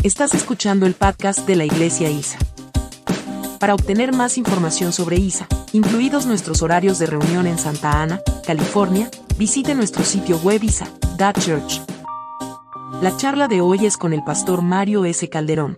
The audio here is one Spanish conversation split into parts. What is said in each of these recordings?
Estás escuchando el podcast de la Iglesia ISA. Para obtener más información sobre ISA, incluidos nuestros horarios de reunión en Santa Ana, California, visite nuestro sitio web isa.church. La charla de hoy es con el pastor Mario S. Calderón.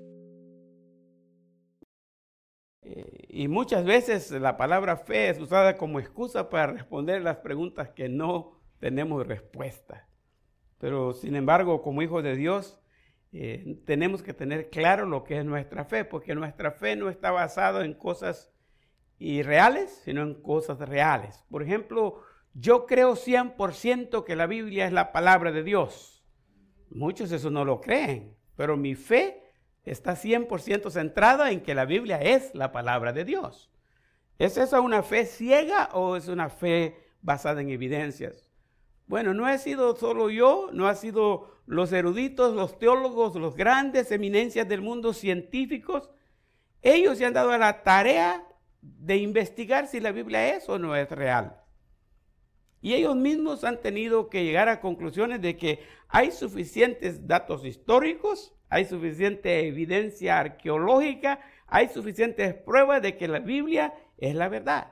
Y muchas veces la palabra fe es usada como excusa para responder las preguntas que no tenemos respuesta. Pero sin embargo, como hijos de Dios, tenemos que tener claro lo que es nuestra fe, porque nuestra fe no está basada en cosas irreales, sino en cosas reales. Por ejemplo, yo creo 100% que la Biblia es la palabra de Dios. Muchos eso no lo creen, pero mi fe está 100% centrada en que la Biblia es la palabra de Dios. ¿Es esa una fe ciega o es una fe basada en evidencias? Bueno, no he sido solo yo, no ha sido los eruditos, los teólogos, los grandes eminencias del mundo científicos. Ellos se han dado a la tarea de investigar si la Biblia es o no es real. Y ellos mismos han tenido que llegar a conclusiones de que hay suficientes datos históricos, hay suficiente evidencia arqueológica, hay suficientes pruebas de que la Biblia es la verdad.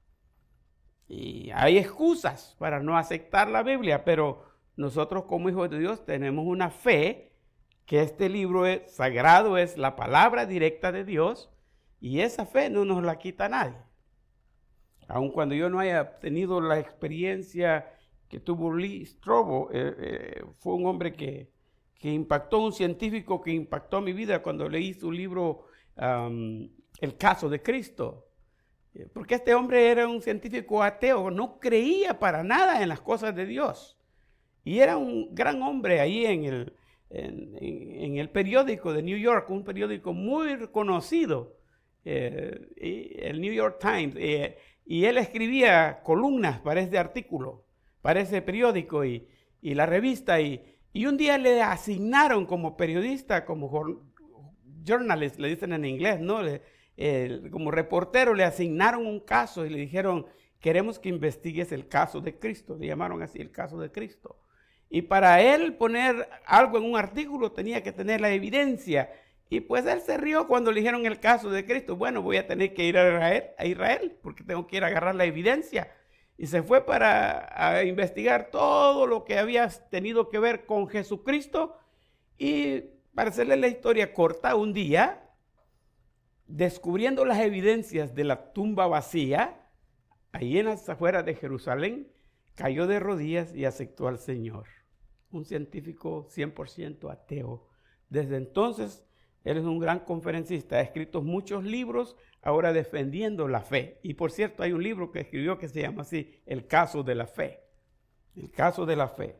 Y hay excusas para no aceptar la Biblia, pero nosotros como hijos de Dios tenemos una fe que este libro es sagrado, es la palabra directa de Dios, y esa fe no nos la quita nadie. Aun cuando yo no haya tenido la experiencia que tuvo Lee Strobel, fue un hombre que impactó, un científico que impactó mi vida cuando leí su libro El caso de Cristo. Porque este hombre era un científico ateo, no creía para nada en las cosas de Dios. Y era un gran hombre ahí en el periódico de New York, un periódico muy reconocido, el New York Times. Y él escribía columnas para ese artículo, para ese periódico y la revista. Y un día le asignaron como periodista, como journalist, le dicen en inglés, ¿no? Como reportero le asignaron un caso y le dijeron, queremos que investigues el caso de Cristo. Le llamaron así, el caso de Cristo. Y para él poner algo en un artículo tenía que tener la evidencia. Y pues él se rió cuando le dijeron el caso de Cristo. Bueno, voy a tener que ir a Israel porque tengo que ir a agarrar la evidencia. Y se fue a investigar todo lo que había tenido que ver con Jesucristo. Y para hacerle la historia corta, un día, descubriendo las evidencias de la tumba vacía, ahí en las afueras de Jerusalén, cayó de rodillas y aceptó al Señor. Un científico 100% ateo. Desde entonces, él es un gran conferencista, ha escrito muchos libros ahora defendiendo la fe. Y por cierto, hay un libro que escribió que se llama así, El caso de la fe. El caso de la fe.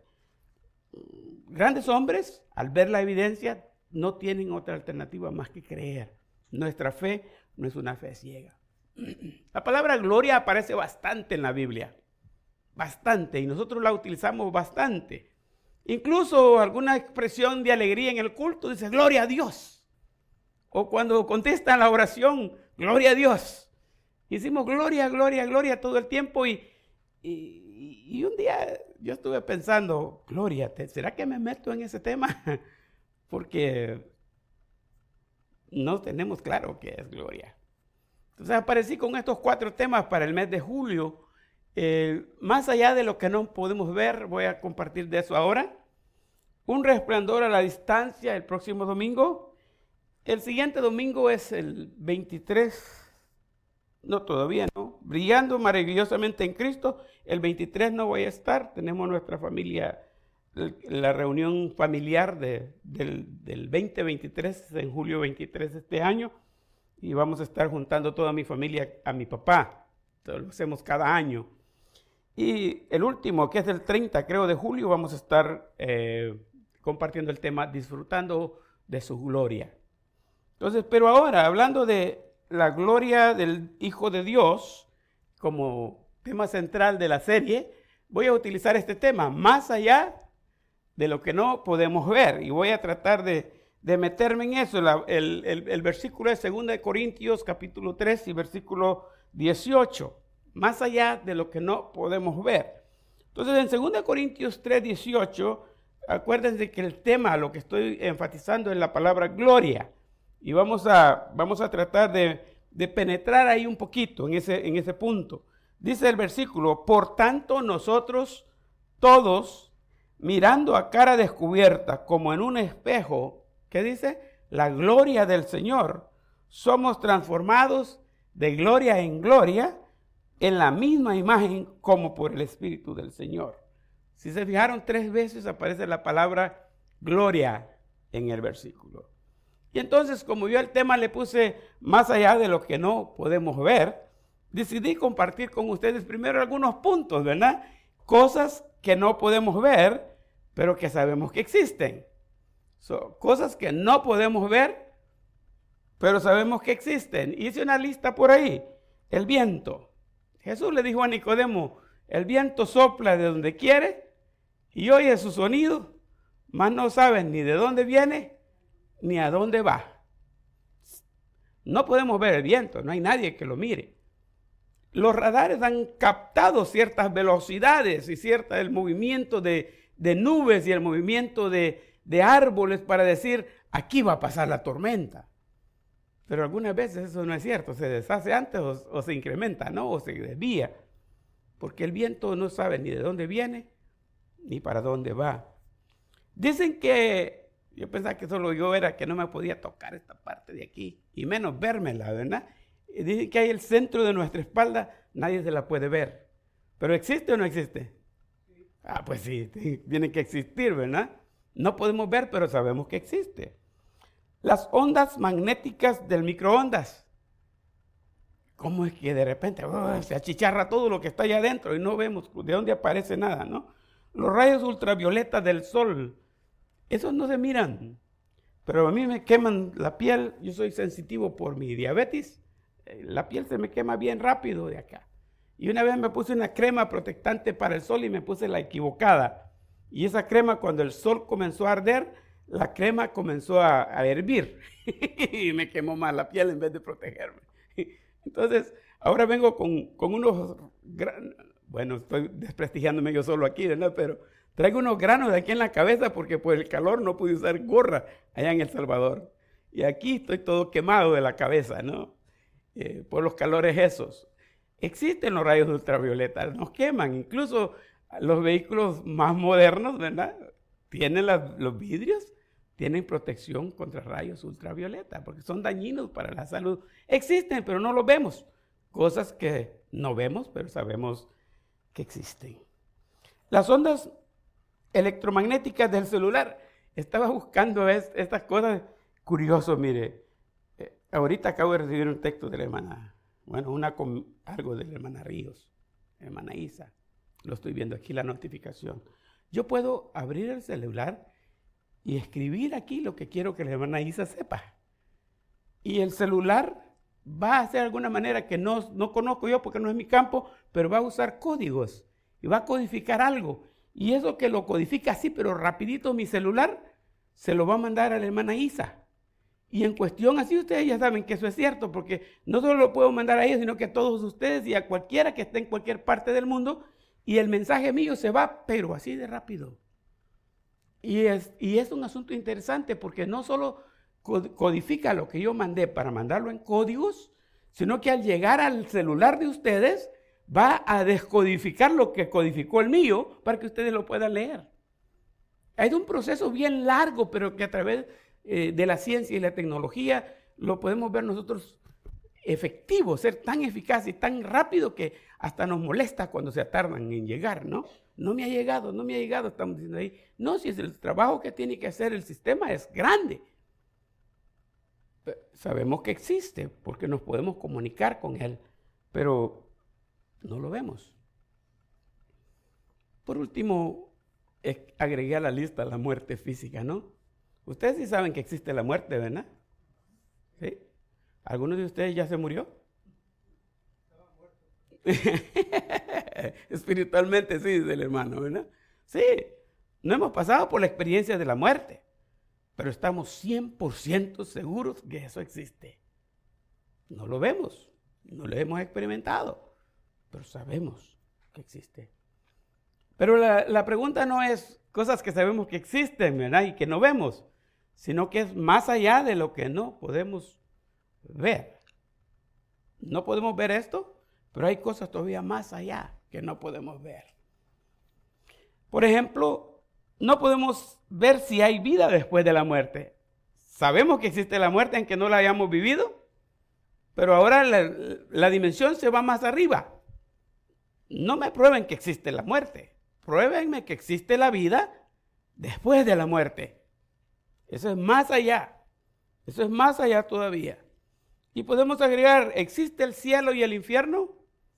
Grandes hombres, al ver la evidencia, no tienen otra alternativa más que creer. Nuestra fe no es una fe ciega. La palabra gloria aparece bastante en la Biblia. Bastante. Y nosotros la utilizamos bastante. Incluso alguna expresión de alegría en el culto dice gloria a Dios. O cuando contestan la oración, gloria a Dios. Hicimos gloria, gloria, gloria todo el tiempo. Y un día yo estuve pensando, gloria, ¿será que me meto en ese tema? Porque no tenemos claro qué es gloria. Entonces aparecí con estos 4 temas para el mes de julio. Más allá de lo que no podemos ver, voy a compartir de eso ahora. Un resplandor a la distancia el próximo domingo. El siguiente domingo es el 23, no todavía no, brillando maravillosamente en Cristo. El 23 no voy a estar, tenemos nuestra familia, la reunión familiar del 2023, en julio 23 de este año, y vamos a estar juntando toda mi familia a mi papá. Lo hacemos cada año. Y el último, que es el 30, creo, de julio, vamos a estar compartiendo el tema disfrutando de su gloria. Entonces, pero ahora, hablando de la gloria del Hijo de Dios como tema central de la serie, voy a utilizar este tema, más allá de lo que no podemos ver, y voy a tratar de meterme en eso. El versículo de 2 Corintios capítulo 3 y versículo 18, más allá de lo que no podemos ver. Entonces en 2 Corintios 3, 18 acuérdense que el tema, lo que estoy enfatizando es la palabra gloria. Y vamos a tratar de penetrar ahí un poquito en ese punto. Dice el versículo, por tanto nosotros todos, mirando a cara descubierta como en un espejo, ¿qué dice? La gloria del Señor, somos transformados de gloria en gloria en la misma imagen como por el Espíritu del Señor. Si se fijaron, 3 veces aparece la palabra gloria en el versículo. Y entonces, como yo el tema le puse más allá de lo que no podemos ver, decidí compartir con ustedes primero algunos puntos, ¿verdad? Cosas que no podemos ver, pero que sabemos que existen. Cosas que no podemos ver, pero sabemos que existen. Hice una lista por ahí. El viento. Jesús le dijo a Nicodemo, el viento sopla de donde quiere y oye su sonido, mas no sabes ni de dónde viene ni a dónde va. No podemos ver el viento, no hay nadie que lo mire. Los radares han captado ciertas velocidades y el movimiento de nubes y el movimiento de árboles para decir, aquí va a pasar la tormenta. Pero algunas veces eso no es cierto, se deshace antes o se incrementa, ¿no? O se desvía, porque el viento no sabe ni de dónde viene ni para dónde va. Dicen que, yo pensaba que solo yo era que no me podía tocar esta parte de aquí, y menos vérmela, ¿verdad? Dicen que hay el centro de nuestra espalda, nadie se la puede ver. ¿Pero existe o no existe? Sí. Ah, pues sí, tiene que existir, ¿verdad? No podemos ver, pero sabemos que existe. Las ondas magnéticas del microondas. ¿Cómo es que de repente se achicharra todo lo que está allá adentro y no vemos de dónde aparece nada, ¿no? Los rayos ultravioletas del sol, esos no se miran, pero a mí me queman la piel. Yo soy sensitivo por mi diabetes. La piel se me quema bien rápido de acá. Y una vez me puse una crema protectante para el sol y me puse la equivocada. Y esa crema, cuando el sol comenzó a arder, la crema comenzó a hervir y me quemó más la piel en vez de protegerme. Entonces, ahora vengo con unos granos, bueno, estoy desprestigiándome yo solo aquí, ¿verdad? Pero traigo unos granos de aquí en la cabeza porque por el calor no pude usar gorra allá en El Salvador. Y aquí estoy todo quemado de la cabeza, ¿no? Por los calores esos. Existen los rayos ultravioletas, nos queman, incluso los vehículos más modernos, ¿verdad? Tienen los vidrios, tienen protección contra rayos ultravioleta, porque son dañinos para la salud. Existen, pero no los vemos. Cosas que no vemos, pero sabemos que existen. Las ondas electromagnéticas del celular. Estaba buscando estas cosas. Curioso, mire. Ahorita acabo de recibir un texto de la hermana, algo de la hermana Ríos, hermana Isa. Lo estoy viendo aquí, la notificación. Yo puedo abrir el celular y escribir aquí lo que quiero que la hermana Isa sepa. Y el celular va a hacer de alguna manera que no conozco yo porque no es mi campo, pero va a usar códigos y va a codificar algo. Y eso que lo codifica así, pero rapidito mi celular, se lo va a mandar a la hermana Isa. Y en cuestión así ustedes ya saben que eso es cierto, porque no solo lo puedo mandar a ellos, sino que a todos ustedes y a cualquiera que esté en cualquier parte del mundo, y el mensaje mío se va, pero así de rápido. Y es un asunto interesante porque no solo codifica lo que yo mandé para mandarlo en códigos, sino que al llegar al celular de ustedes va a descodificar lo que codificó el mío para que ustedes lo puedan leer. Hay un proceso bien largo, pero que a través de la ciencia y la tecnología lo podemos ver nosotros efectivo, ser tan eficaz y tan rápido que hasta nos molesta cuando se tardan en llegar, ¿no? No me ha llegado, estamos diciendo ahí. No, si es el trabajo que tiene que hacer el sistema es grande. Sabemos que existe porque nos podemos comunicar con él, pero no lo vemos. Por último, agregué a la lista la muerte física, ¿no? Ustedes sí saben que existe la muerte, ¿verdad? ¿Sí? ¿Alguno de ustedes ya se murió? Espiritualmente sí, dice el hermano, ¿verdad? Sí, no hemos pasado por la experiencia de la muerte, pero estamos 100% seguros que eso existe. No lo vemos, no lo hemos experimentado, pero sabemos que existe. Pero la pregunta no es cosas que sabemos que existen, ¿verdad? Y que no vemos, sino que es más allá de lo que no podemos ver. No podemos ver esto, pero hay cosas todavía más allá que no podemos ver. Por ejemplo, no podemos ver si hay vida después de la muerte. Sabemos que existe la muerte aunque no la hayamos vivido, pero ahora la dimensión se va más arriba. No me prueben que existe la muerte, pruébenme que existe la vida después de la muerte. Eso es más allá, eso es más allá todavía. Y podemos agregar, ¿existe el cielo y el infierno?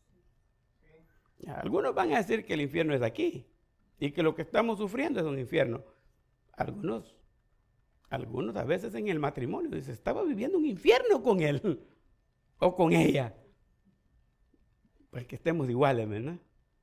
Algunos van a decir que el infierno es aquí y que lo que estamos sufriendo es un infierno. Algunos a veces en el matrimonio dicen, estaba viviendo un infierno con él o con ella. Pues que estemos iguales, ¿verdad?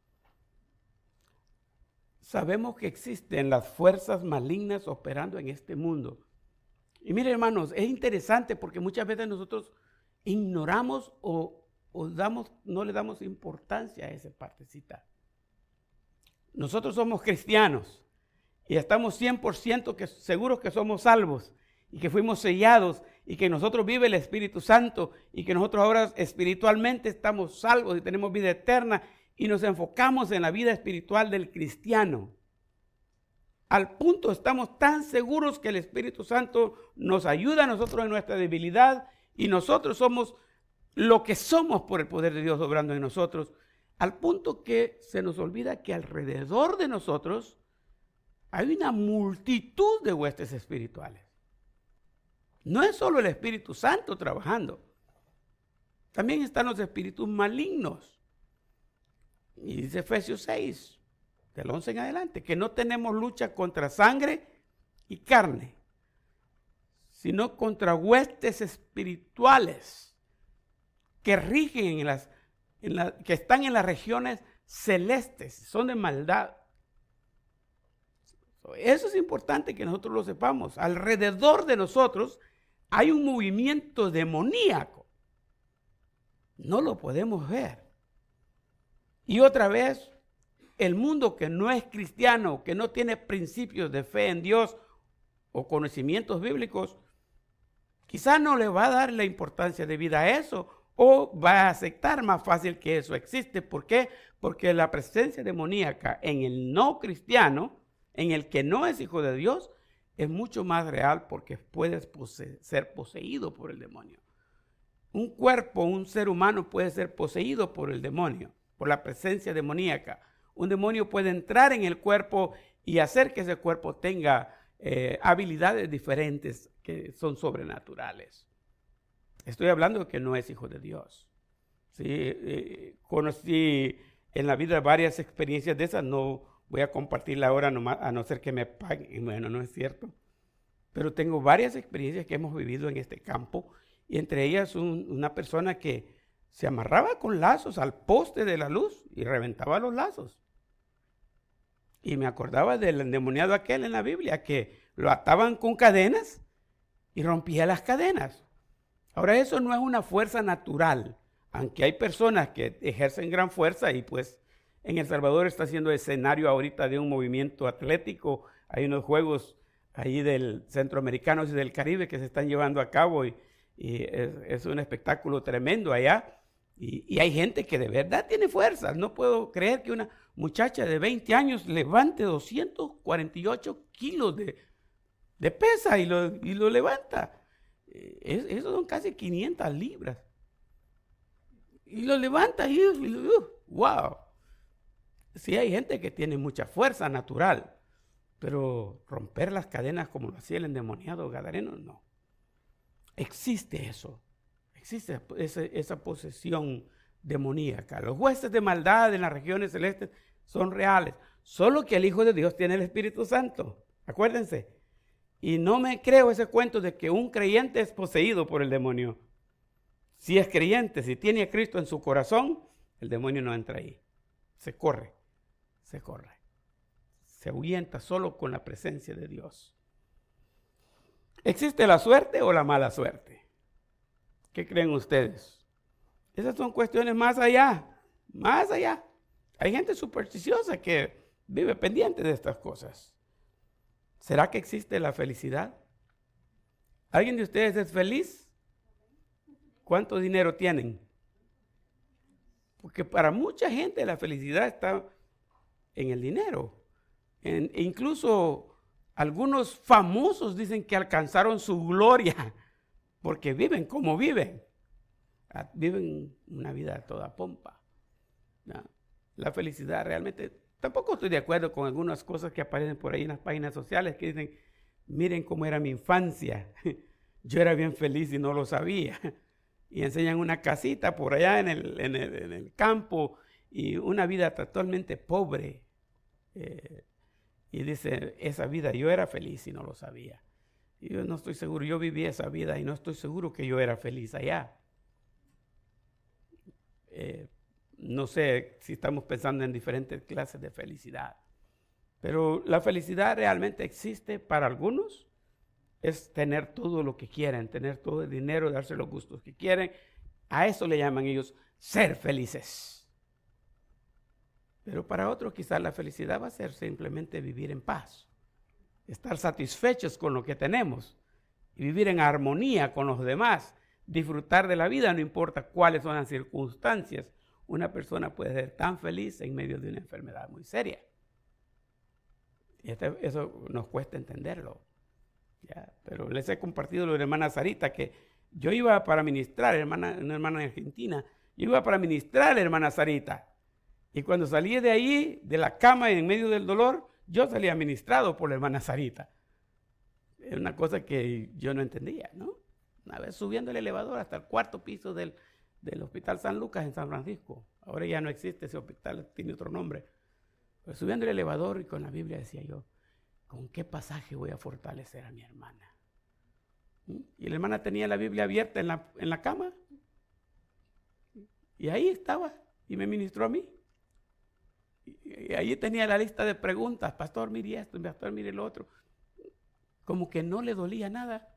Sabemos que existen las fuerzas malignas operando en este mundo. Y miren, hermanos, es interesante porque muchas veces nosotros ignoramos o no le damos importancia a esa partecita. Nosotros somos cristianos y estamos 100% seguros que somos salvos y que fuimos sellados y que en nosotros vive el Espíritu Santo y que nosotros ahora espiritualmente estamos salvos y tenemos vida eterna y nos enfocamos en la vida espiritual del cristiano. Al punto estamos tan seguros que el Espíritu Santo nos ayuda a nosotros en nuestra debilidad y nosotros somos lo que somos por el poder de Dios obrando en nosotros, al punto que se nos olvida que alrededor de nosotros hay una multitud de huestes espirituales. No es solo el Espíritu Santo trabajando, también están los espíritus malignos. Y dice Efesios 6, del 11 en adelante, que no tenemos lucha contra sangre y carne, sino contra huestes espirituales que rigen que están en las regiones celestes, son de maldad. Eso es importante que nosotros lo sepamos. Alrededor de nosotros hay un movimiento demoníaco. No lo podemos ver. Y otra vez, el mundo que no es cristiano, que no tiene principios de fe en Dios o conocimientos bíblicos, quizás no le va a dar la importancia debida a eso o va a aceptar más fácil que eso existe. ¿Por qué? Porque la presencia demoníaca en el no cristiano, en el que no es hijo de Dios, es mucho más real porque puedes ser poseído por el demonio. Un cuerpo, un ser humano puede ser poseído por el demonio, por la presencia demoníaca. Un demonio puede entrar en el cuerpo y hacer que ese cuerpo tenga habilidades diferentes que son sobrenaturales. Estoy hablando de que no es hijo de Dios. ¿Sí? Conocí en la vida varias experiencias de esas, no voy a compartirla ahora nomás, a no ser que me paguen. Bueno, no es cierto. Pero tengo varias experiencias que hemos vivido en este campo y entre ellas una persona que se amarraba con lazos al poste de la luz y reventaba los lazos. Y me acordaba del endemoniado aquel en la Biblia que lo ataban con cadenas y rompía las cadenas. Ahora eso no es una fuerza natural, aunque hay personas que ejercen gran fuerza y pues en El Salvador está siendo escenario ahorita de un movimiento atlético. Hay unos juegos ahí del centroamericanos y del Caribe que se están llevando a cabo y es un espectáculo tremendo allá. Y hay gente que de verdad tiene fuerza. No puedo creer que una muchacha de 20 años levante 248 kilos de pesa y lo levanta. Eso son casi 500 libras. Y lo levanta y wow. Sí hay gente que tiene mucha fuerza natural, pero romper las cadenas como lo hacía el endemoniado gadareno, no. Existe eso. Existe esa posesión demoníaca. Los huestes de maldad en las regiones celestes son reales. Solo que el Hijo de Dios tiene el Espíritu Santo. Acuérdense. Y no me creo ese cuento de que un creyente es poseído por el demonio. Si es creyente, si tiene a Cristo en su corazón, el demonio no entra ahí. Se corre. Se ahuyenta solo con la presencia de Dios. ¿Existe la suerte o la mala suerte? ¿Qué creen ustedes? Esas son cuestiones más allá. Hay gente supersticiosa que vive pendiente de estas cosas. ¿Será que existe la felicidad? ¿Alguien de ustedes es feliz? ¿Cuánto dinero tienen? Porque para mucha gente la felicidad está en el dinero. Incluso algunos famosos dicen que alcanzaron su gloria porque viven como viven. Viven una vida a toda pompa. ¿No? La felicidad realmente, tampoco estoy de acuerdo con algunas cosas que aparecen por ahí en las páginas sociales que dicen, miren cómo era mi infancia, yo era bien feliz y no lo sabía. Y enseñan una casita por allá en el campo y una vida totalmente pobre. Y dice, esa vida yo era feliz y no lo sabía. Y yo no estoy seguro, yo viví esa vida y no estoy seguro que yo era feliz allá. No sé si estamos pensando en diferentes clases de felicidad. Pero la felicidad realmente existe para algunos. Es tener todo lo que quieren, tener todo el dinero, darse los gustos que quieren. A eso le llaman ellos ser felices. Pero para otros quizás la felicidad va a ser simplemente vivir en paz, estar satisfechos con lo que tenemos y vivir en armonía con los demás, disfrutar de la vida, no importa cuáles son las circunstancias. Una persona puede ser tan feliz en medio de una enfermedad muy seria. Y eso nos cuesta entenderlo. ¿Ya? Pero les he compartido lo de la hermana Sarita, que yo iba para ministrar, una hermana argentina, yo iba para ministrar a la hermana Sarita. Y cuando salí de ahí, de la cama en medio del dolor, yo salía ministrado por la hermana Sarita. Era una cosa que yo no entendía, ¿no? Una vez subiendo el elevador hasta el 4º piso del Hospital San Lucas en San Francisco. Ahora ya no existe ese hospital, tiene otro nombre. Pero subiendo el elevador y con la Biblia decía yo, ¿con qué pasaje voy a fortalecer a mi hermana? Y la hermana tenía la Biblia abierta en la cama. Y ahí estaba y me ministró a mí. Y ahí tenía la lista de preguntas. Pastor, mire esto, pastor, mire lo otro. Como que no le dolía nada.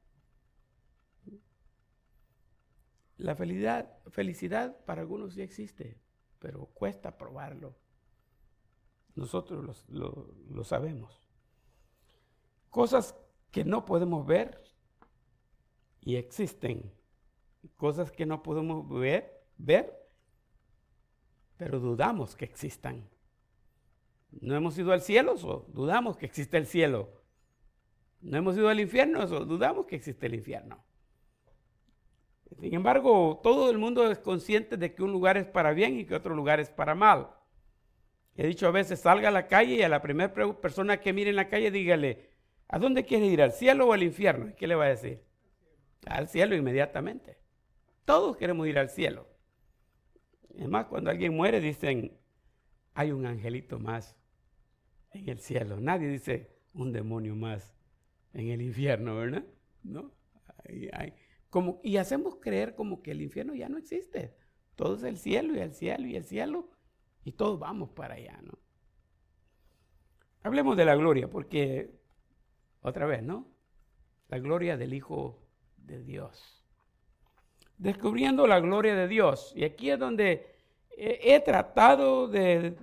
La felicidad para algunos sí existe, pero cuesta probarlo. Nosotros lo sabemos. Cosas que no podemos ver y existen. Cosas que no podemos ver, pero dudamos que existan. No hemos ido al cielo, o dudamos que existe el cielo. No hemos ido al infierno, o dudamos que existe el infierno. Sin embargo, todo el mundo es consciente de que un lugar es para bien y que otro lugar es para mal. He dicho a veces, salga a la calle y a la primera persona que mire en la calle, dígale, ¿a dónde quiere ir? ¿Al cielo o al infierno? ¿Y qué le va a decir? Al cielo inmediatamente. Todos queremos ir al cielo. Es más, cuando alguien muere dicen, hay un angelito más en el cielo. Nadie dice, un demonio más en el infierno, ¿verdad? ¿No? Y hacemos creer como que el infierno ya no existe. Todo es el cielo y el cielo y el cielo. Y todos vamos para allá, ¿no? Hablemos de la gloria, porque, otra vez, ¿no? La gloria del Hijo de Dios. Descubriendo la gloria de Dios. Y aquí es donde he tratado de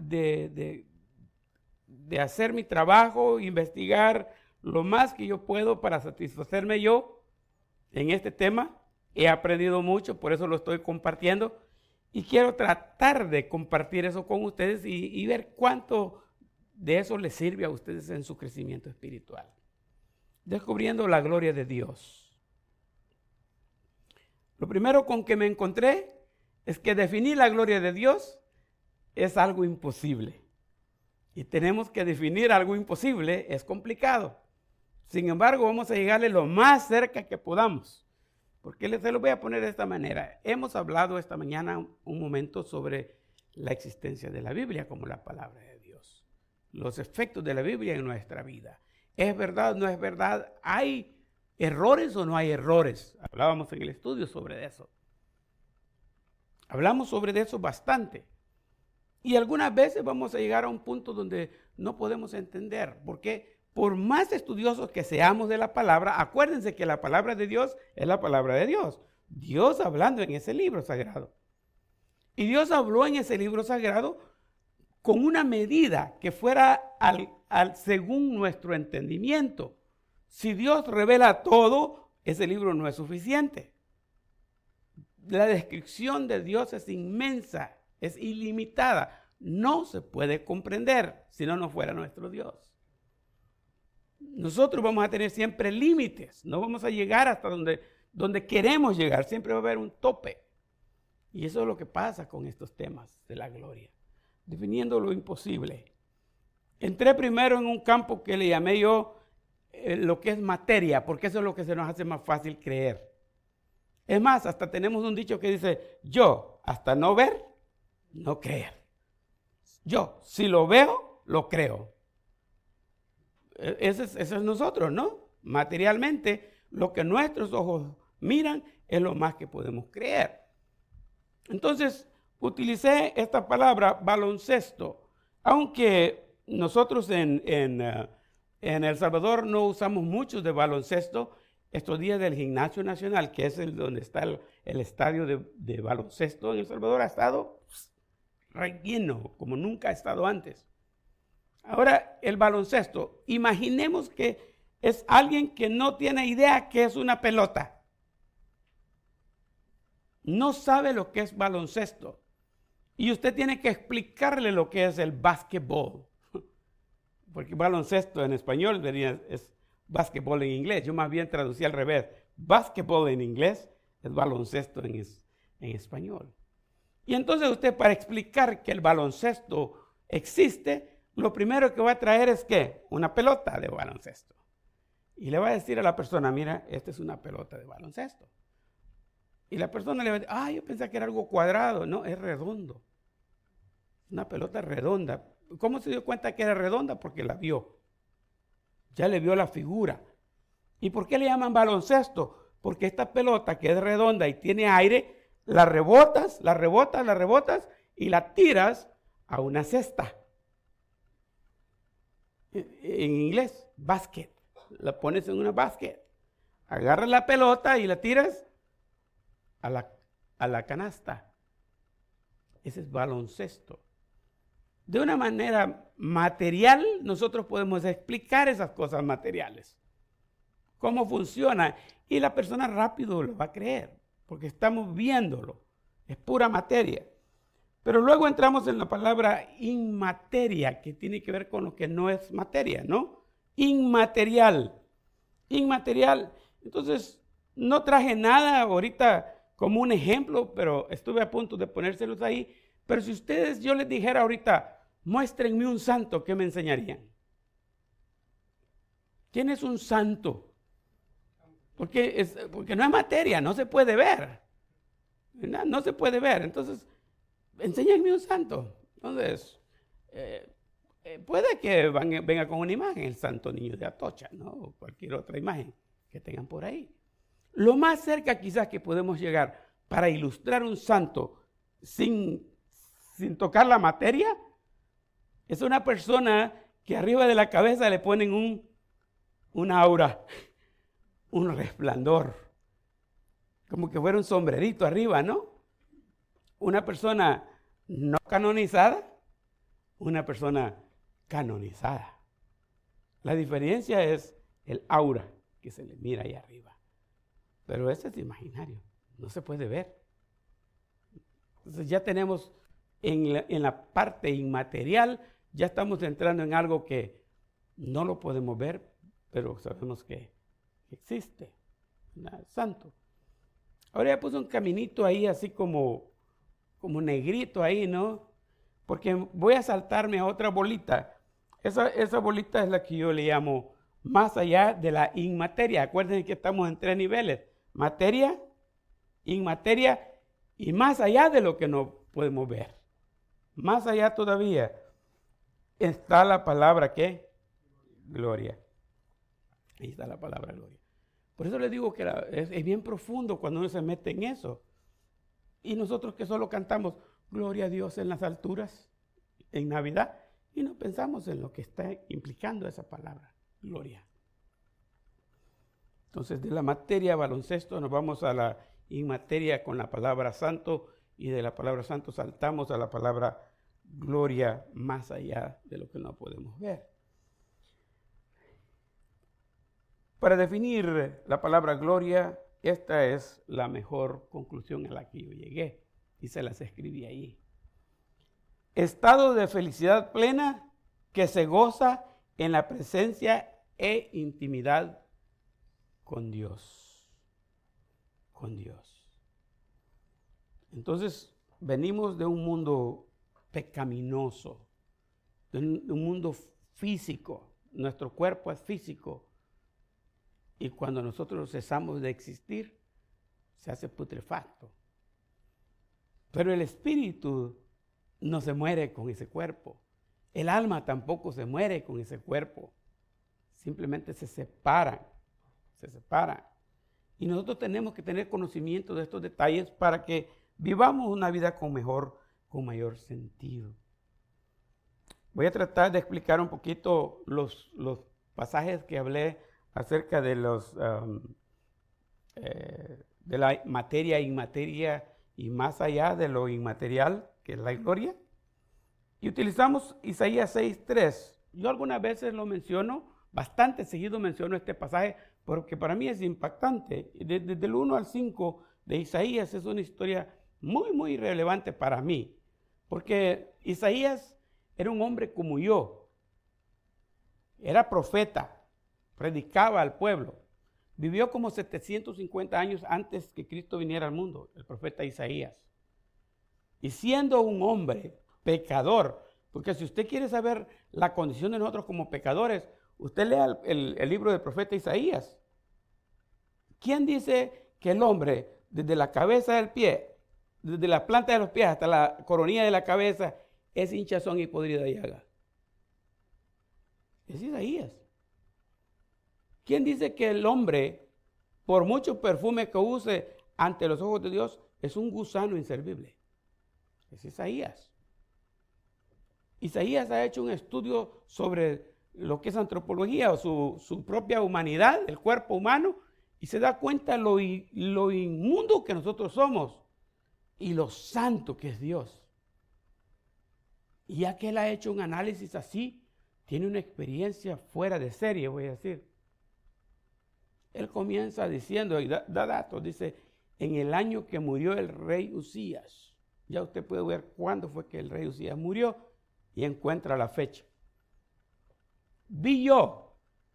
hacer mi trabajo, investigar lo más que yo puedo para satisfacerme yo en este tema. He aprendido mucho, por eso lo estoy compartiendo. Y quiero tratar de compartir eso con ustedes y ver cuánto de eso les sirve a ustedes en su crecimiento espiritual. Descubriendo la gloria de Dios. Lo primero con que me encontré es que definir la gloria de Dios es algo imposible. Y tenemos que definir algo imposible, es complicado. Sin embargo, vamos a llegarle lo más cerca que podamos. Porque se lo voy a poner de esta manera. Hemos hablado esta mañana un momento sobre la existencia de la Biblia como la palabra de Dios. Los efectos de la Biblia en nuestra vida. ¿Es verdad o no es verdad? ¿Hay errores o no hay errores? Hablábamos en el estudio sobre eso. Hablamos sobre eso bastante. Y algunas veces vamos a llegar a un punto donde no podemos entender. Porque por más estudiosos que seamos de la palabra, acuérdense que la palabra de Dios es la palabra de Dios. Dios hablando en ese libro sagrado. Y Dios habló en ese libro sagrado con una medida que fuera según nuestro entendimiento. Si Dios revela todo, ese libro no es suficiente. La descripción de Dios es inmensa, es ilimitada. No se puede comprender si no fuera nuestro Dios. Nosotros vamos a tener siempre límites, no vamos a llegar hasta donde queremos llegar, siempre va a haber un tope. Y eso es lo que pasa con estos temas de la gloria, definiendo lo imposible. Entré primero en un campo que le llamé yo lo que es materia, porque eso es lo que se nos hace más fácil creer. Es más, hasta tenemos un dicho que dice, yo hasta no ver, no creer. Yo, si lo veo, lo creo. Eso es nosotros, ¿no? Materialmente, lo que nuestros ojos miran es lo más que podemos creer. Entonces, utilicé esta palabra baloncesto, aunque nosotros en El Salvador no usamos mucho de baloncesto. Estos días del Gimnasio Nacional, que es donde está el estadio de baloncesto en El Salvador, ha estado lleno, como nunca ha estado antes. Ahora, el baloncesto, imaginemos que es alguien que no tiene idea qué es una pelota. No sabe lo que es baloncesto. Y usted tiene que explicarle lo que es el básquetbol. Porque baloncesto en español es básquetbol en inglés. Yo más bien traducí al revés. Básquetbol en inglés es baloncesto en español. Y entonces usted, para explicar que el baloncesto existe, lo primero que va a traer es ¿qué? Una pelota de baloncesto. Y le va a decir a la persona, mira, esta es una pelota de baloncesto. Y la persona le va a decir, yo pensé que era algo cuadrado. No, es redondo. Una pelota redonda. ¿Cómo se dio cuenta que era redonda? Porque la vio. Ya le vio la figura. ¿Y por qué le llaman baloncesto? Porque esta pelota que es redonda y tiene aire, la rebotas y la tiras a una cesta. En inglés, basket. La pones en una basket. Agarras la pelota y la tiras a la canasta. Ese es baloncesto. De una manera material, nosotros podemos explicar esas cosas materiales. Cómo funciona. Y la persona rápido lo va a creer, porque estamos viéndolo. Es pura materia. Pero luego entramos en la palabra inmateria, que tiene que ver con lo que no es materia, ¿no? Inmaterial. Inmaterial. Entonces, no traje nada ahorita como un ejemplo, pero estuve a punto de ponérselos ahí. Pero si yo les dijera ahorita, muéstrenme un santo, ¿qué me enseñarían? ¿Quién es un santo? Porque no es materia, no se puede ver. No se puede ver. Entonces, enséñenme un santo. Entonces, puede que venga con una imagen, el Santo Niño de Atocha, ¿no? O cualquier otra imagen que tengan por ahí. Lo más cerca quizás que podemos llegar para ilustrar un santo sin tocar la materia, es una persona que arriba de la cabeza le ponen un aura, un resplandor, como que fuera un sombrerito arriba, ¿no? Una persona no canonizada, una persona canonizada. La diferencia es el aura que se le mira ahí arriba. Pero ese es imaginario, no se puede ver. Entonces ya tenemos en la parte inmaterial, ya estamos entrando en algo que no lo podemos ver, pero sabemos que existe. Santo. Ahora ya puse un caminito ahí así como negrito ahí, ¿no? Porque voy a saltarme a otra bolita. Esa bolita es la que yo le llamo más allá de la inmateria. Acuérdense que estamos en 3 niveles. Materia, inmateria y más allá de lo que no podemos ver. Más allá todavía está la palabra ¿qué? Gloria. Ahí está la palabra gloria. Por eso les digo que es bien profundo cuando uno se mete en eso. Y nosotros que solo cantamos gloria a Dios en las alturas, en Navidad, y no pensamos en lo que está implicando esa palabra, gloria. Entonces, de la materia baloncesto nos vamos a la inmateria con la palabra santo, y de la palabra santo saltamos a la palabra gloria más allá de lo que no podemos ver. Para definir la palabra gloria, esta es la mejor conclusión a la que yo llegué y se las escribí ahí. Estado de felicidad plena que se goza en la presencia e intimidad con Dios. Con Dios. Entonces, venimos de un mundo pecaminoso, de un mundo físico. Nuestro cuerpo es físico. Y cuando nosotros cesamos de existir, se hace putrefacto. Pero el espíritu no se muere con ese cuerpo. El alma tampoco se muere con ese cuerpo. Simplemente se separan. Y nosotros tenemos que tener conocimiento de estos detalles para que vivamos una vida con mayor sentido. Voy a tratar de explicar un poquito los pasajes que hablé acerca de de la materia e inmateria y más allá de lo inmaterial, que es la gloria. Y utilizamos Isaías 6:3. Yo algunas veces lo menciono, bastante seguido menciono este pasaje, porque para mí es impactante. Desde el 1 al 5 de Isaías es una historia muy, muy relevante para mí, porque Isaías era un hombre como yo, era profeta, predicaba al pueblo, vivió como 750 años antes que Cristo viniera al mundo, el profeta Isaías. Y siendo un hombre pecador, porque si usted quiere saber la condición de nosotros como pecadores, usted lea el libro del profeta Isaías. ¿Quién dice que el hombre, desde la cabeza del pie, desde la planta de los pies hasta la coronilla de la cabeza, es hinchazón y podrida llaga? Es Isaías. ¿Quién dice que el hombre, por mucho perfume que use ante los ojos de Dios, es un gusano inservible? Es Isaías. Isaías ha hecho un estudio sobre lo que es antropología o su propia humanidad, el cuerpo humano, y se da cuenta lo inmundo que nosotros somos y lo santo que es Dios. Y ya que él ha hecho un análisis así, tiene una experiencia fuera de serie, voy a decir. Él comienza diciendo, y da datos, dice, en el año que murió el rey Usías. Ya usted puede ver cuándo fue que el rey Usías murió y encuentra la fecha. Vi yo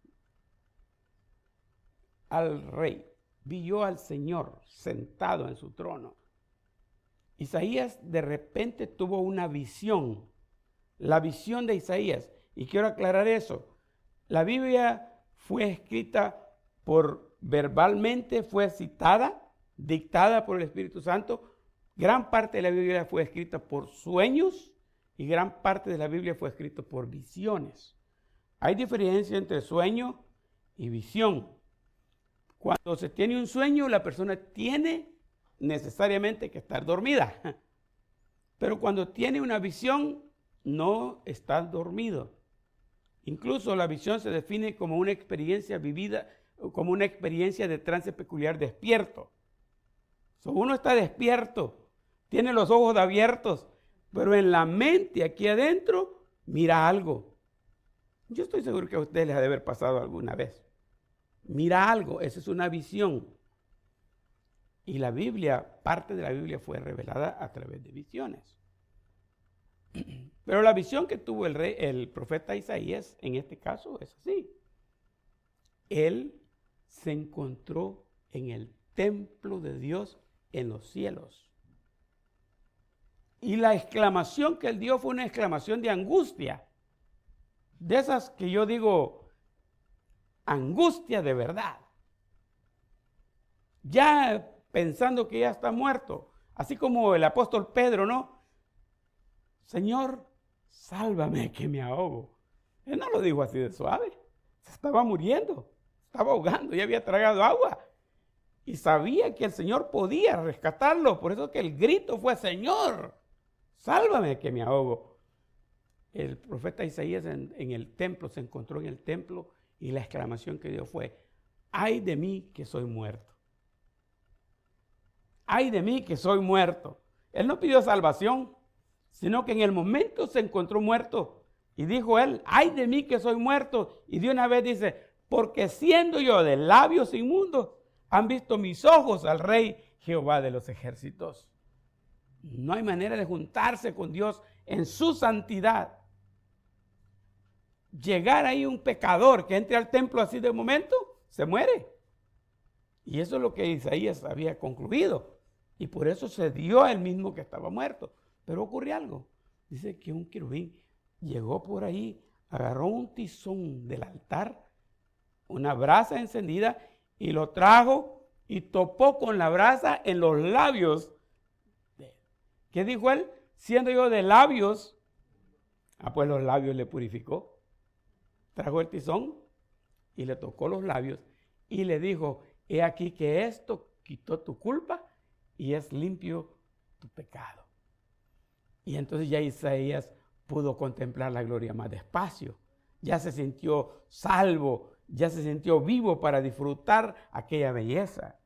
al rey, vi yo al Señor sentado en su trono. Isaías de repente tuvo una visión, la visión de Isaías. Y quiero aclarar eso. La Biblia fue escrita verbalmente, fue citada, dictada por el Espíritu Santo. Gran parte de la Biblia fue escrita por sueños y gran parte de la Biblia fue escrita por visiones. Hay diferencia entre sueño y visión. Cuando se tiene un sueño, la persona tiene necesariamente que estar dormida. Pero cuando tiene una visión, no está dormido. Incluso la visión se define como una experiencia vivida, como una experiencia de trance peculiar despierto. Uno está despierto, tiene los ojos abiertos, pero en la mente, aquí adentro, mira algo. Yo estoy seguro que a ustedes les ha de haber pasado alguna vez. Mira algo, esa es una visión. Y la Biblia, parte de la Biblia fue revelada a través de visiones. Pero la visión que tuvo el profeta Isaías, en este caso, es así. Él se encontró en el templo de Dios en los cielos. Y la exclamación que él dio fue una exclamación de angustia. De esas que yo digo, angustia de verdad. Ya pensando que ya está muerto. Así como el apóstol Pedro, ¿no? Señor, sálvame que me ahogo. Él no lo dijo así de suave. Se estaba muriendo, estaba ahogando, ya había tragado agua. Y sabía que el Señor podía rescatarlo. Por eso que el grito fue, Señor, sálvame que me ahogo. El profeta Isaías en el templo, se encontró en el templo y la exclamación que dio fue, ay de mí que soy muerto. Ay de mí que soy muerto. Él no pidió salvación, sino que en el momento se encontró muerto. Y dijo él, ay de mí que soy muerto. Y de una vez dice, porque siendo yo de labios inmundos, han visto mis ojos al Rey Jehová de los ejércitos. No hay manera de juntarse con Dios en su santidad. Llegar ahí un pecador que entre al templo así de momento, se muere. Y eso es lo que Isaías había concluido. Y por eso se dio a él mismo que estaba muerto. Pero ocurrió algo. Dice que un querubín llegó por ahí, agarró un tizón del altar, una brasa encendida, y lo trajo y topó con la brasa en los labios. ¿Qué dijo él? Siendo yo de labios, pues los labios le purificó. Trajo el tizón y le tocó los labios y le dijo, he aquí que esto quitó tu culpa y es limpio tu pecado. Y entonces ya Isaías pudo contemplar la gloria más despacio. Ya se sintió salvo, ya se sintió vivo para disfrutar aquella belleza.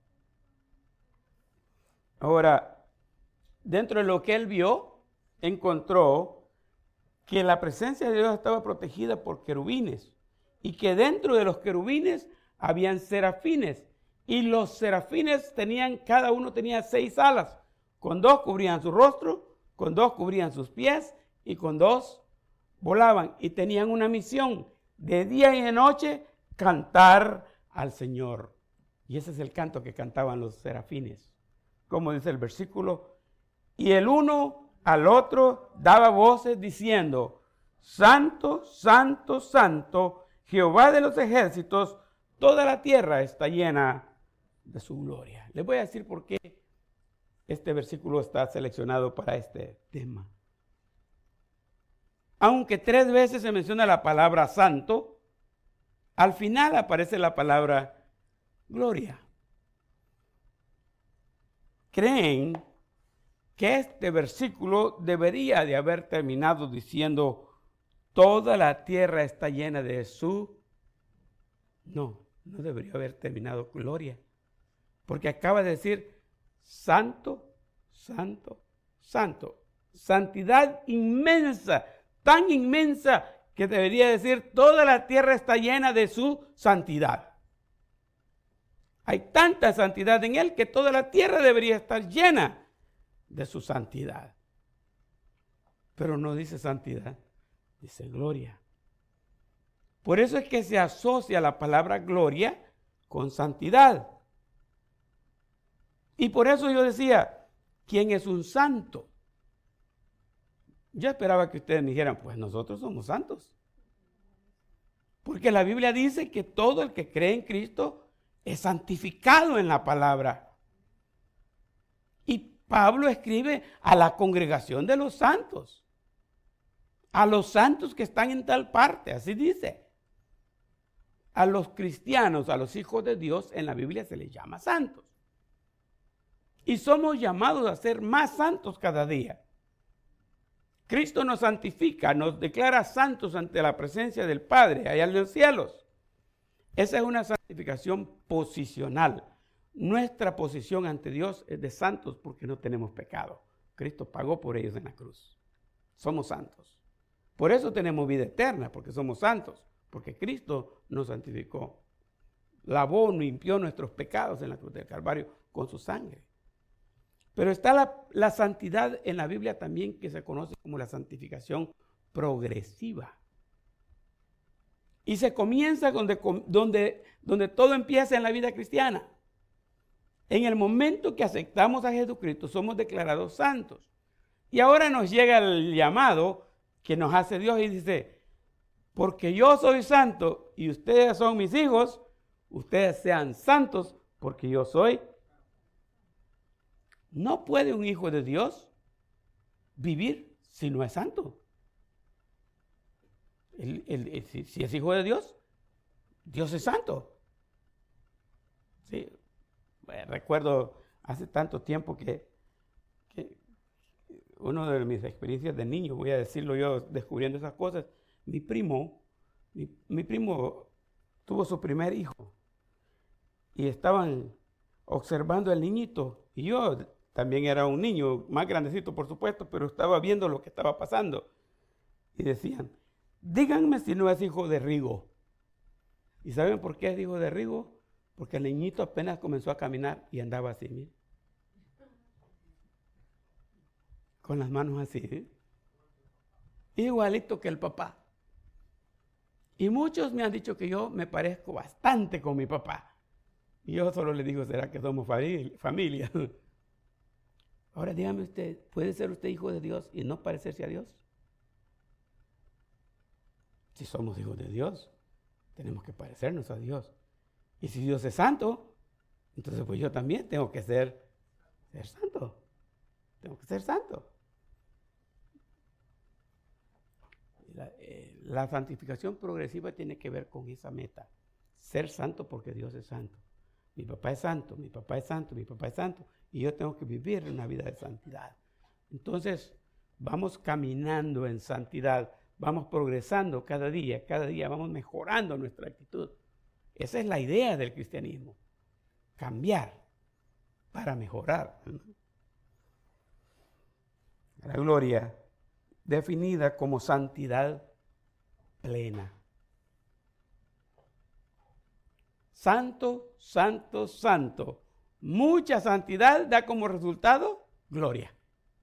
Ahora, dentro de lo que él vio, encontró que la presencia de Dios estaba protegida por querubines y que dentro de los querubines habían serafines y los serafines cada uno tenía 6 alas, con 2 cubrían su rostro, con 2 cubrían sus pies y con 2 volaban y tenían una misión de día y de noche cantar al Señor. Y ese es el canto que cantaban los serafines. Como dice el versículo, y el uno al otro daba voces diciendo, Santo, Santo, Santo, Jehová de los ejércitos, toda la tierra está llena de su gloria. Les voy a decir por qué este versículo está seleccionado para este tema. Aunque 3 veces se menciona la palabra santo, al final aparece la palabra gloria. Creen que este versículo debería de haber terminado diciendo, toda la tierra está llena de su... No debería haber terminado gloria. Porque acaba de decir, santo, santo, santo. Santidad inmensa, tan inmensa que debería decir, toda la tierra está llena de su santidad. Hay tanta santidad en él que toda la tierra debería estar llena de su santidad. Pero no dice santidad, dice gloria. Por eso es que se asocia la palabra gloria con santidad. Y por eso yo decía, ¿quién es un santo? Yo esperaba que ustedes me dijeran, pues nosotros somos santos. Porque la Biblia dice que todo el que cree en Cristo es santificado en la palabra. Y Pablo escribe a la congregación de los santos. A los santos que están en tal parte, así dice. A los cristianos, a los hijos de Dios, en la Biblia se les llama santos. Y somos llamados a ser más santos cada día. Cristo nos santifica, nos declara santos ante la presencia del Padre, allá en los cielos. Esa es una santificación posicional. Nuestra posición ante Dios es de santos porque no tenemos pecado. Cristo pagó por ellos en la cruz. Somos santos. Por eso tenemos vida eterna, porque somos santos, porque Cristo nos santificó. Lavó, limpió nuestros pecados en la cruz del Calvario con su sangre. Pero está la santidad en la Biblia también que se conoce como la santificación progresiva. Y se comienza donde todo empieza en la vida cristiana. En el momento que aceptamos a Jesucristo somos declarados santos. Y ahora nos llega el llamado que nos hace Dios y dice, porque yo soy santo y ustedes son mis hijos, ustedes sean santos porque yo soy. No puede un hijo de Dios vivir si no es santo. Si es hijo de Dios, Dios es santo. Sí. Recuerdo hace tanto tiempo que una de mis experiencias de niño, voy a decirlo yo, descubriendo esas cosas, mi primo tuvo su primer hijo y estaban observando al niñito y yo también era un niño, más grandecito por supuesto, pero estaba viendo lo que estaba pasando y decían, díganme si no es hijo de Rigo. ¿Y saben por qué es hijo de rico? Porque el niñito apenas comenzó a caminar y andaba así, mire. Con las manos así, igualito que el papá. Y muchos me han dicho que yo me parezco bastante con mi papá. Y yo solo le digo, ¿será que somos familia? Ahora dígame usted, ¿puede ser usted hijo de Dios y no parecerse a Dios? Si somos hijos de Dios, tenemos que parecernos a Dios. Y si Dios es santo, entonces pues yo también tengo que ser santo. Tengo que ser santo. La santificación progresiva tiene que ver con esa meta. Ser santo porque Dios es santo. Mi papá es santo, mi papá es santo, mi papá es santo. Y yo tengo que vivir una vida de santidad. Entonces, vamos caminando en santidad. Vamos progresando cada día vamos mejorando nuestra actitud. Esa es la idea del cristianismo. Cambiar para mejorar. La gloria definida como santidad plena. Santo, santo, santo. Mucha santidad da como resultado gloria.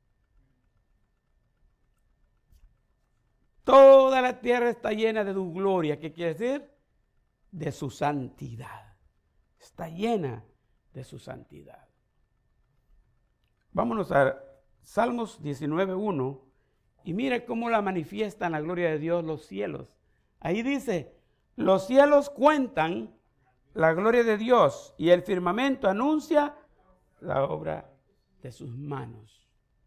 Toda la tierra está llena de tu gloria. ¿Qué quiere decir? De su santidad. Está llena de su santidad. Vámonos a Salmos 19:1 y mire cómo la manifiestan la gloria de Dios los cielos. Ahí dice, los cielos cuentan la gloria de Dios y el firmamento anuncia la obra de sus manos.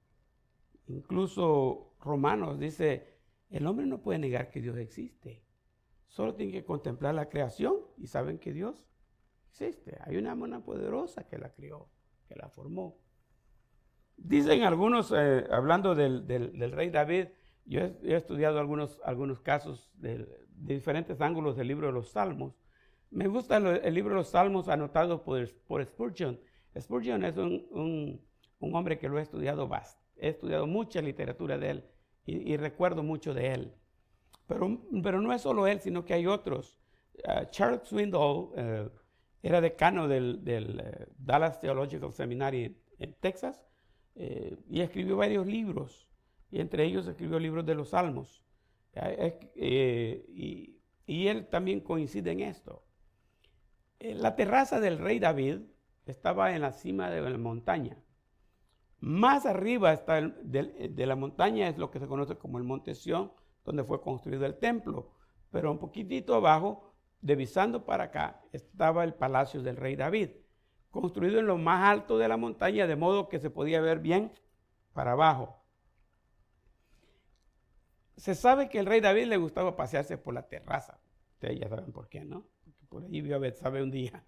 Incluso Romanos dice, el hombre no puede negar que Dios existe. Solo tiene que contemplar la creación y saben que Dios existe. Hay una mano poderosa que la creó, que la formó. Dicen algunos, hablando del rey David, yo he estudiado algunos casos de diferentes ángulos del libro de los Salmos. Me gusta el libro de los Salmos anotado por Spurgeon. Spurgeon es un hombre que lo he estudiado bastante. He estudiado mucha literatura de él y recuerdo mucho de él. Pero no es solo él, sino que hay otros. Charles Swindoll era decano del Dallas Theological Seminary en Texas y escribió varios libros. Y entre ellos escribió libros de los Salmos. Y él también coincide en esto. La terraza del rey David estaba en la cima de la montaña. Más arriba de la montaña es lo que se conoce como el Monte Sión, donde fue construido el templo. Pero un poquitito abajo, divisando para acá, estaba el palacio del rey David, construido en lo más alto de la montaña, de modo que se podía ver bien para abajo. Se sabe que el rey David le gustaba pasearse por la terraza. Ustedes ya saben por qué, ¿no? Porque por ahí vio a Betsabe un día.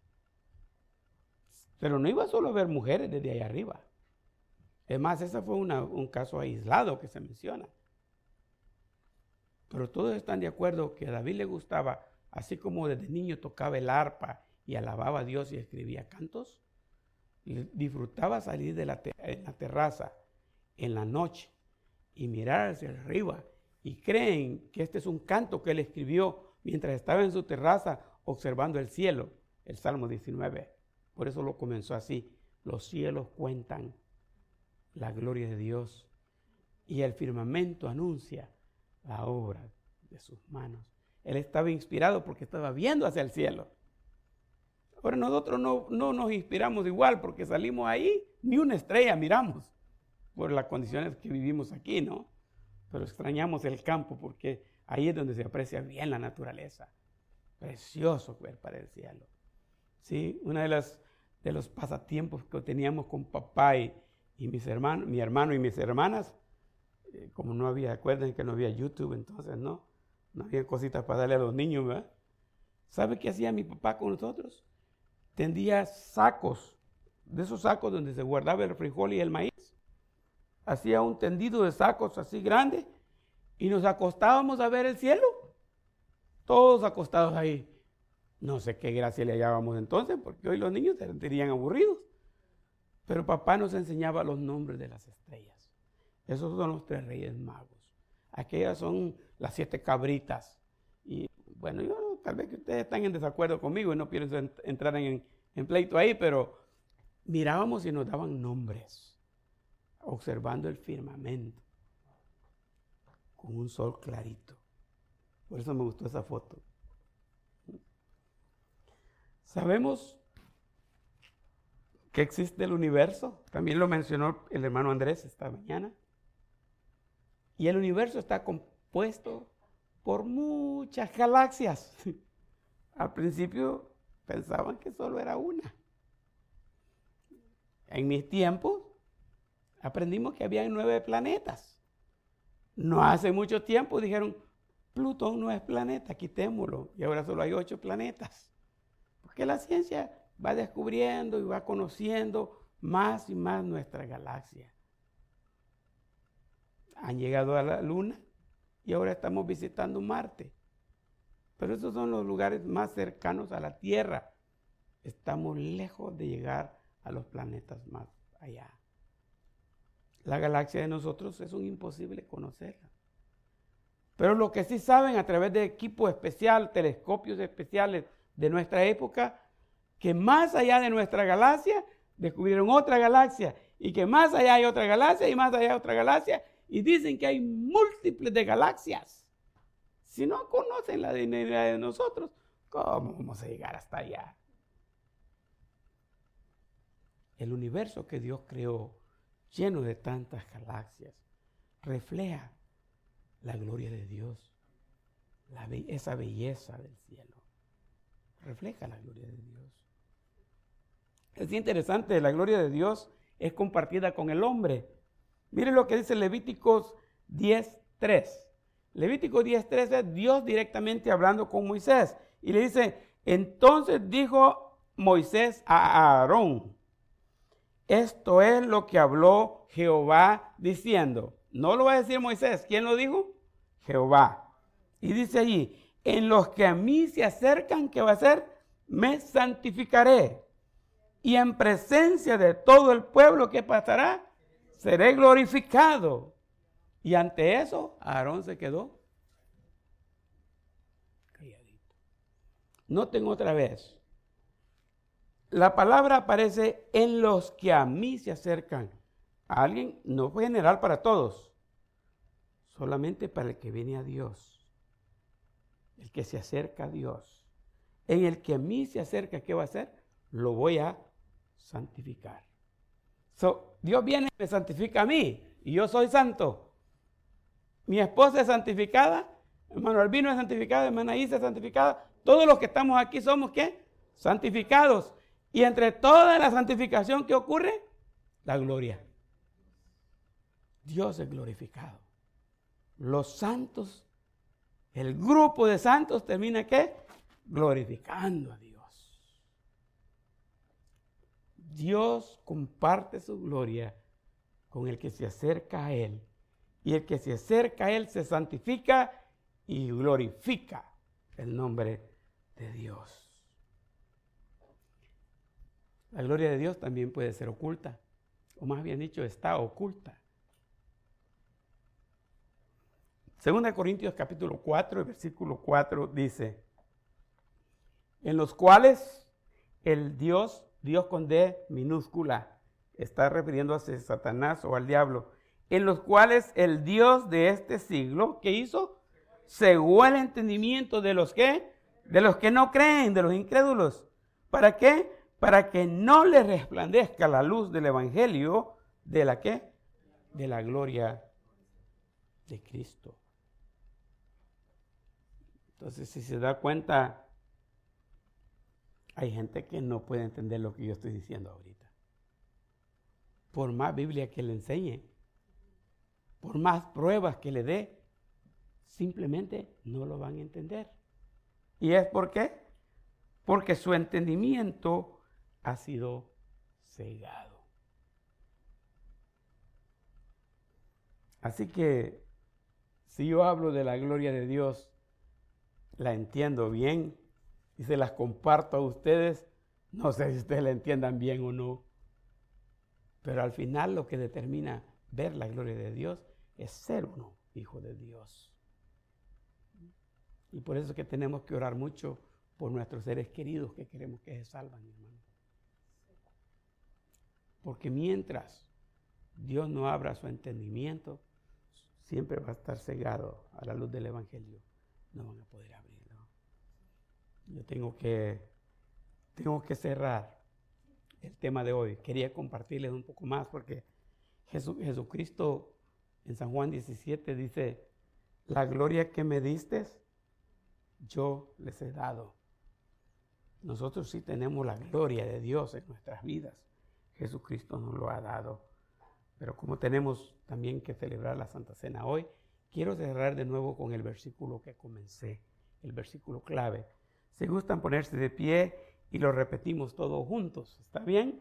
Pero no iba solo a ver mujeres desde ahí arriba. Es más, ese fue un caso aislado que se menciona. Pero todos están de acuerdo que a David le gustaba, así como desde niño tocaba el arpa y alababa a Dios y escribía cantos, disfrutaba salir de la terraza en la noche y mirar hacia arriba. Y creen que este es un canto que él escribió mientras estaba en su terraza observando el cielo, el Salmo 19. Por eso lo comenzó así. Los cielos cuentan la gloria de Dios y el firmamento anuncia la obra de sus manos. Él estaba inspirado porque estaba viendo hacia el cielo. Ahora nosotros no nos inspiramos igual porque salimos ahí, ni una estrella miramos por las condiciones que vivimos aquí, ¿no? Pero extrañamos el campo porque ahí es donde se aprecia bien la naturaleza. Precioso ver para el cielo. ¿Sí? Uno de los pasatiempos que teníamos con papá y mi hermano y mis hermanas, como no había, acuérdense que no había YouTube, entonces no había cositas para darle a los niños, ¿verdad? ¿Sabe qué hacía mi papá con nosotros? Tendía sacos, de esos sacos donde se guardaba el frijol y el maíz. Hacía un tendido de sacos así grande y nos acostábamos a ver el cielo. Todos acostados ahí. No sé qué gracia le hallábamos entonces, porque hoy los niños se sentirían aburridos. Pero papá nos enseñaba los nombres de las estrellas. Esos son los 3 reyes magos. Aquellas son las 7 cabritas. Y bueno, yo tal vez que ustedes están en desacuerdo conmigo y no pienso entrar en pleito ahí, pero mirábamos y nos daban nombres, observando el firmamento, con un sol clarito. Por eso me gustó esa foto. Sabemos que existe el universo, también lo mencionó el hermano Andrés esta mañana. Y el universo está compuesto por muchas galaxias. Al principio pensaban que solo era una. En mis tiempos aprendimos que había 9 planetas. No hace mucho tiempo dijeron, Plutón no es planeta, quitémoslo. Y ahora solo hay 8 planetas. Porque la ciencia va descubriendo y va conociendo más y más nuestra galaxia. Han llegado a la Luna y ahora estamos visitando Marte. Pero esos son los lugares más cercanos a la Tierra. Estamos lejos de llegar a los planetas más allá. La galaxia de nosotros es un imposible conocerla. Pero lo que sí saben a través de equipo especial, telescopios especiales de nuestra época, que más allá de nuestra galaxia descubrieron otra galaxia y que más allá hay otra galaxia y más allá hay otra galaxia y dicen que hay múltiples de galaxias. Si no conocen la divinidad de nosotros, ¿cómo vamos a llegar hasta allá? El universo que Dios creó, lleno de tantas galaxias, refleja la gloria de Dios, esa belleza del cielo. Refleja la gloria de Dios. Es interesante, la gloria de Dios es compartida con el hombre. Miren lo que dice Levíticos 10:3. Levíticos 10:3 es Dios directamente hablando con Moisés. Y le dice, entonces dijo Moisés a Aarón, esto es lo que habló Jehová diciendo. No lo va a decir Moisés. ¿Quién lo dijo? Jehová. Y dice allí, en los que a mí se acercan, ¿qué va a hacer? Me santificaré. Y en presencia de todo el pueblo, ¿qué pasará? Seré glorificado. Y ante eso, Aarón se quedó calladito. Noten otra vez. La palabra aparece en los que a mí se acercan. A alguien no fue general para todos. Solamente para el que viene a Dios. El que se acerca a Dios. En el que a mí se acerca, ¿qué va a hacer? Lo voy a santificar. Dios viene y me santifica a mí. Y yo soy santo. Mi esposa es santificada. Hermano Albino es santificado. Hermana Isa es santificada. Todos los que estamos aquí somos, ¿qué? Santificados. Y entre toda la santificación que ocurre, la gloria. Dios es glorificado. Los santos, el grupo de santos termina ¿qué? Glorificando a Dios. Dios comparte su gloria con el que se acerca a Él. Y el que se acerca a Él se santifica y glorifica el nombre de Dios. La gloria de Dios también puede ser oculta, o más bien dicho, está oculta. 2 Corintios capítulo 4, versículo 4 dice, en los cuales el Dios con D minúscula, está refiriéndose a Satanás o al diablo, en los cuales el Dios de este siglo, ¿qué hizo? Cegó el entendimiento de los que no creen, de los incrédulos. ¿Para qué? Para que no les resplandezca la luz del evangelio de la ¿qué? De la gloria de Cristo. Entonces, si se da cuenta, hay gente que no puede entender lo que yo estoy diciendo ahorita. Por más Biblia que le enseñe, por más pruebas que le dé, simplemente no lo van a entender. ¿Y es por qué? Porque su entendimiento ha sido cegado. Así que, si yo hablo de la gloria de Dios, la entiendo bien y se las comparto a ustedes, no sé si ustedes la entiendan bien o no, pero al final lo que determina ver la gloria de Dios es ser uno hijo de Dios. Y por eso es que tenemos que orar mucho por nuestros seres queridos que queremos que se salvan, hermano. Porque mientras Dios no abra su entendimiento, siempre va a estar cegado a la luz del Evangelio. No van a poder abrirlo. Yo tengo que cerrar el tema de hoy. Quería compartirles un poco más porque Jesucristo en San Juan 17 dice, la gloria que me diste, yo les he dado. Nosotros sí tenemos la gloria de Dios en nuestras vidas. Jesucristo nos lo ha dado. Pero como tenemos también que celebrar la Santa Cena hoy, quiero cerrar de nuevo con el versículo que comencé, el versículo clave. Si gustan ponerse de pie y lo repetimos todos juntos, ¿está bien?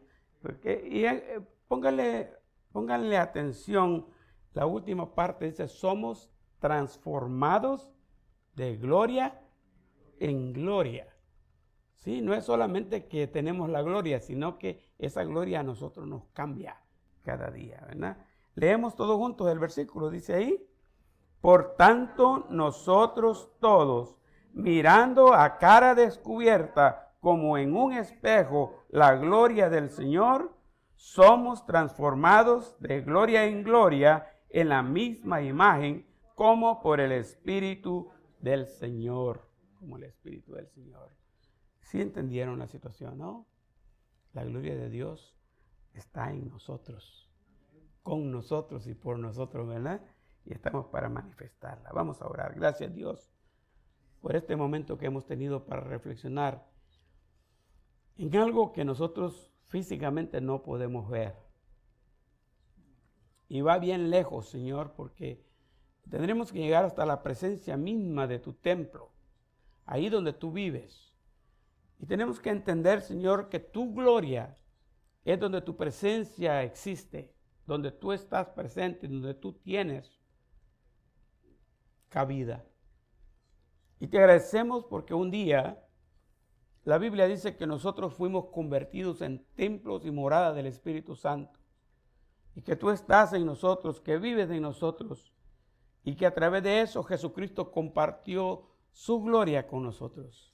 Pónganle atención, la última parte dice, somos transformados de gloria en gloria. Sí, no es solamente que tenemos la gloria, sino que esa gloria a nosotros nos cambia cada día, ¿verdad? Leemos todos juntos el versículo, dice ahí, por tanto nosotros todos, mirando a cara descubierta como en un espejo la gloria del Señor, somos transformados de gloria en gloria en la misma imagen como por el Espíritu del Señor, como el Espíritu del Señor. ¿Sí entendieron la situación, no? La gloria de Dios está en nosotros, con nosotros y por nosotros, ¿verdad? Y estamos para manifestarla. Vamos a orar. Gracias, Dios, por este momento que hemos tenido para reflexionar en algo que nosotros físicamente no podemos ver. Y va bien lejos, Señor, porque tendremos que llegar hasta la presencia misma de tu templo, ahí donde tú vives. Y tenemos que entender, Señor, que tu gloria es donde tu presencia existe, donde tú estás presente, donde tú tienes cabida. Y te agradecemos porque un día la Biblia dice que nosotros fuimos convertidos en templos y moradas del Espíritu Santo. Y que tú estás en nosotros, que vives en nosotros. Y que a través de eso Jesucristo compartió su gloria con nosotros.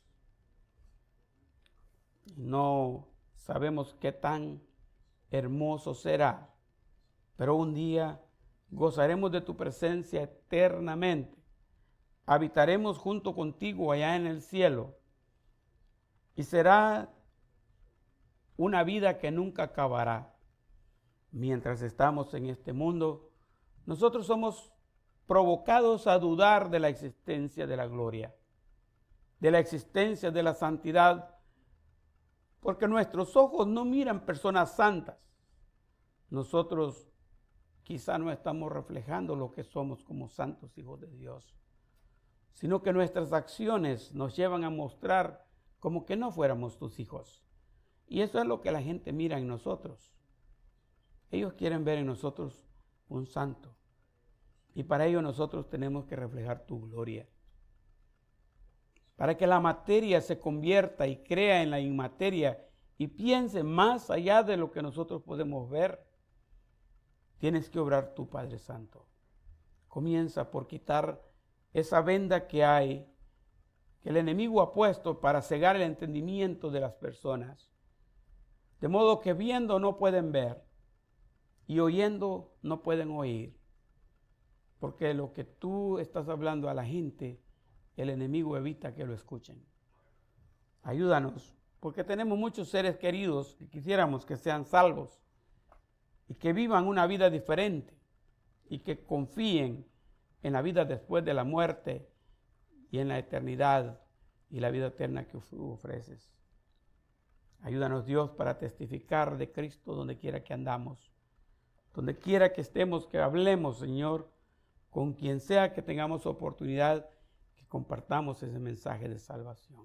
No sabemos qué tan hermoso será, pero un día gozaremos de tu presencia eternamente. Habitaremos junto contigo allá en el cielo y será una vida que nunca acabará. Mientras estamos en este mundo, nosotros somos provocados a dudar de la existencia de la gloria, de la existencia de la santidad, porque nuestros ojos no miran personas santas. Nosotros quizá no estamos reflejando lo que somos como santos hijos de Dios, sino que nuestras acciones nos llevan a mostrar como que no fuéramos tus hijos. Y eso es lo que la gente mira en nosotros. Ellos quieren ver en nosotros un santo. Y para ello nosotros tenemos que reflejar tu gloria. Para que la materia se convierta y crea en la inmateria y piense más allá de lo que nosotros podemos ver, tienes que obrar tú, Padre Santo. Comienza por quitar esa venda que hay, que el enemigo ha puesto para cegar el entendimiento de las personas. De modo que viendo no pueden ver y oyendo no pueden oír. Porque lo que tú estás hablando a la gente, el enemigo evita que lo escuchen. Ayúdanos, porque tenemos muchos seres queridos que quisiéramos que sean salvos y que vivan una vida diferente y que confíen en la vida después de la muerte y en la eternidad y la vida eterna que tú ofreces. Ayúdanos, Dios, para testificar de Cristo donde quiera que andamos, donde quiera que estemos, que hablemos, Señor, con quien sea que tengamos oportunidad, que compartamos ese mensaje de salvación.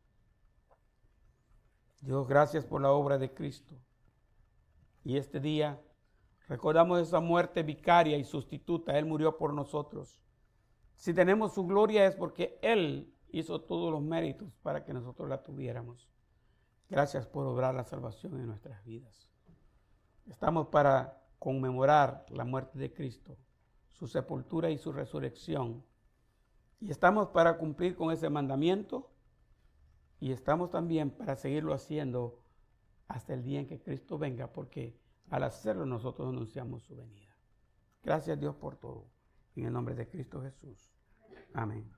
Dios, gracias por la obra de Cristo. Y este día recordamos esa muerte vicaria y sustituta. Él murió por nosotros. Si tenemos su gloria es porque Él hizo todos los méritos para que nosotros la tuviéramos. Gracias por obrar la salvación en nuestras vidas. Estamos para conmemorar la muerte de Cristo, su sepultura y su resurrección. Y estamos para cumplir con ese mandamiento y estamos también para seguirlo haciendo hasta el día en que Cristo venga, porque al hacerlo nosotros anunciamos su venida. Gracias Dios por todo. En el nombre de Cristo Jesús. Amén.